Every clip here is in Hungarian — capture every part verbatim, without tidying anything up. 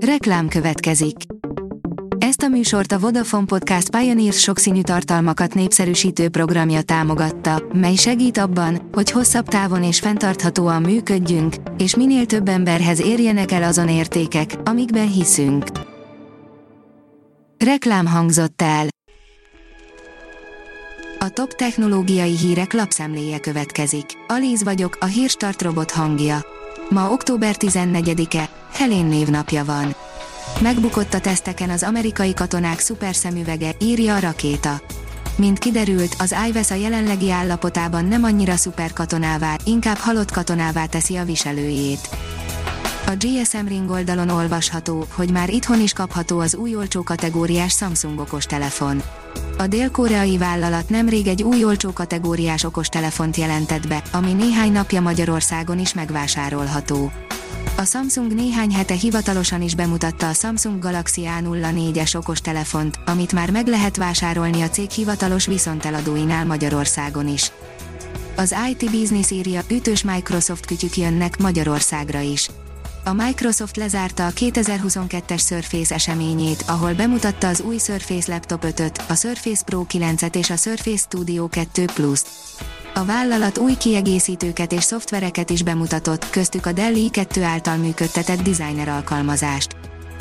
Reklám következik. Ezt a műsort a Vodafone Podcast Pioneers sokszínű tartalmakat népszerűsítő programja támogatta, mely segít abban, hogy hosszabb távon és fenntarthatóan működjünk, és minél több emberhez érjenek el azon értékek, amikben hiszünk. Reklám hangzott el. A top technológiai hírek lapszemléje következik. Alíz vagyok, a Hírstart robot hangja. Ma október tizennegyedike, Helén névnapja van. Megbukott a teszteken az amerikai katonák szuperszemüvege, írja a Rakéta. Mint kiderült, az i vé e es a jelenlegi állapotában nem annyira szuperkatonává, inkább halott katonává teszi a viselőjét. A gé es em Ring oldalon olvasható, hogy már itthon is kapható az új olcsó kategóriás Samsung okostelefon. A dél-koreai vállalat nemrég egy új olcsó kategóriás okostelefont jelentett be, ami néhány napja Magyarországon is megvásárolható. A Samsung néhány hete hivatalosan is bemutatta a Samsung Galaxy á nulla négyes okostelefont, amit már meg lehet vásárolni a cég hivatalos viszonteladóinál Magyarországon is. Az i té Business írja, ütős Microsoft kütyük jönnek Magyarországra is. A Microsoft lezárta a kétezer-huszonkettes Surface eseményét, ahol bemutatta az új Surface Laptop ötöt, a Surface Pro kilencet és a Surface Studio kettő Plus-t. A vállalat új kiegészítőket és szoftvereket is bemutatott, köztük a Dell i kettő által működtetett designer alkalmazást.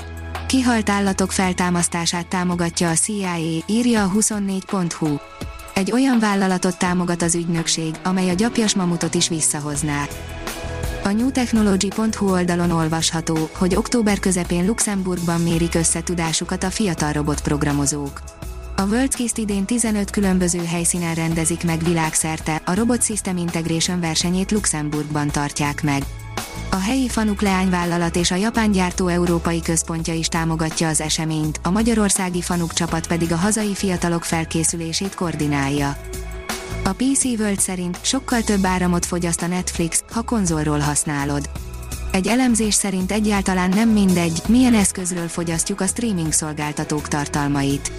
Kihalt állatok feltámasztását támogatja a cé i á, írja a huszonnégy pont hu. Egy olyan vállalatot támogat az ügynökség, amely a gyapjas mamutot is visszahozná. A new technology pont hu oldalon olvasható, hogy október közepén Luxemburgban mérik össze tudásukat a fiatal robotprogramozók. A WorldSkills idén tizenöt különböző helyszínen rendezik meg világszerte, a Robot System Integration versenyét Luxemburgban tartják meg. A helyi Fanuc leányvállalat és a japán gyártó európai központja is támogatja az eseményt, a magyarországi Fanuc csapat pedig a hazai fiatalok felkészülését koordinálja. A pé cé World szerint sokkal több áramot fogyaszt a Netflix, ha konzolról használod. Egy elemzés szerint egyáltalán nem mindegy, milyen eszközről fogyasztjuk a streaming szolgáltatók tartalmait.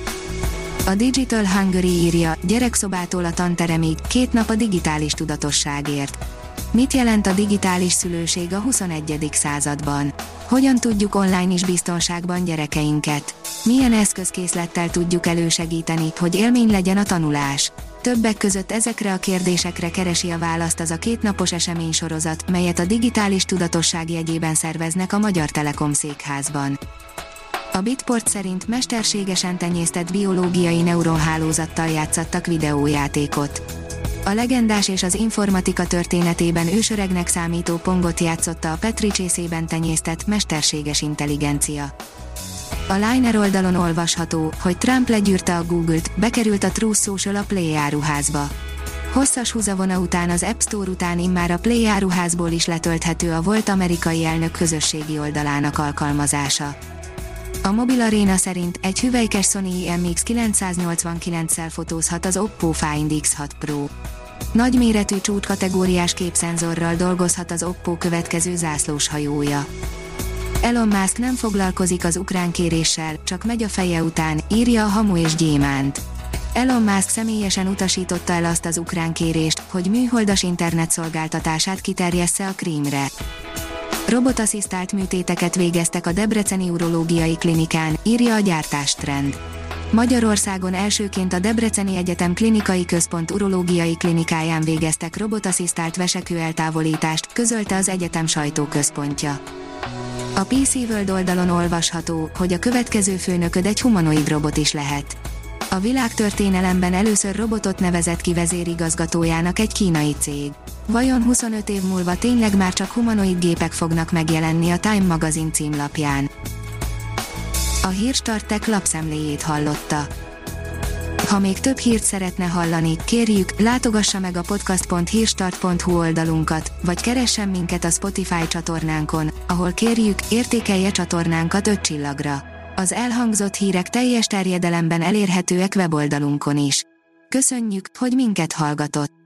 A Digital Hungary írja, gyerekszobától a tanteremig, két nap a digitális tudatosságért. Mit jelent a digitális szülőség a huszonegyedik században? Hogyan tudjuk online is biztonságban gyerekeinket? Milyen eszközkészlettel tudjuk elősegíteni, hogy élmény legyen a tanulás? Többek között ezekre a kérdésekre keresi a választ az a kétnapos eseménysorozat, melyet a digitális tudatosság jegyében szerveznek a Magyar Telekom székházban. A Bitport szerint mesterségesen tenyésztett biológiai neuronhálózattal játszattak videójátékot. A legendás és az informatika történetében ősöregnek számító Pongot játszotta a Petri csészében tenyésztett mesterséges intelligencia. A Liner oldalon olvasható, hogy Trump legyűrte a Google-t, bekerült a Truth Social a Play áruházba. Hosszas húzavona után az App Store után immár a Play áruházból is letölthető a volt amerikai elnök közösségi oldalának alkalmazása. A Mobil Arena szerint egy hüvelykes Sony i em iksz kilencszáznyolcvankilenccel fotózhat az Oppo Find iksz hat Pro. Nagyméretű csúcskategóriás képszenzorral dolgozhat az Oppo következő zászlós hajója. Elon Musk nem foglalkozik az ukrán kéréssel, csak megy a feje után, írja a Hamu és Gyémánt. Elon Musk személyesen utasította el azt az ukrán kérést, hogy műholdas internetszolgáltatását kiterjessze a Krímre. Robotasszisztált műtéteket végeztek a Debreceni Urológiai Klinikán, írja a Gyártástrend. Magyarországon elsőként a Debreceni Egyetem Klinikai Központ Urológiai Klinikáján végeztek robotasszisztált vesekő eltávolítást, közölte az egyetem sajtóközpontja. A pé cé World oldalon olvasható, hogy a következő főnököd egy humanoid robot is lehet. A világtörténelemben először robotot nevezett ki vezérigazgatójának egy kínai cég. Vajon huszonöt év múlva tényleg már csak humanoid gépek fognak megjelenni a Time magazin címlapján? A Hírstart Tech lapszemléjét hallotta. Ha még több hírt szeretne hallani, kérjük, látogassa meg a podcast pont hírstart pont hu oldalunkat, vagy keressen minket a Spotify csatornánkon, ahol kérjük, értékelje csatornánkat öt csillagra. Az elhangzott hírek teljes terjedelemben elérhetőek weboldalunkon is. Köszönjük, hogy minket hallgatott!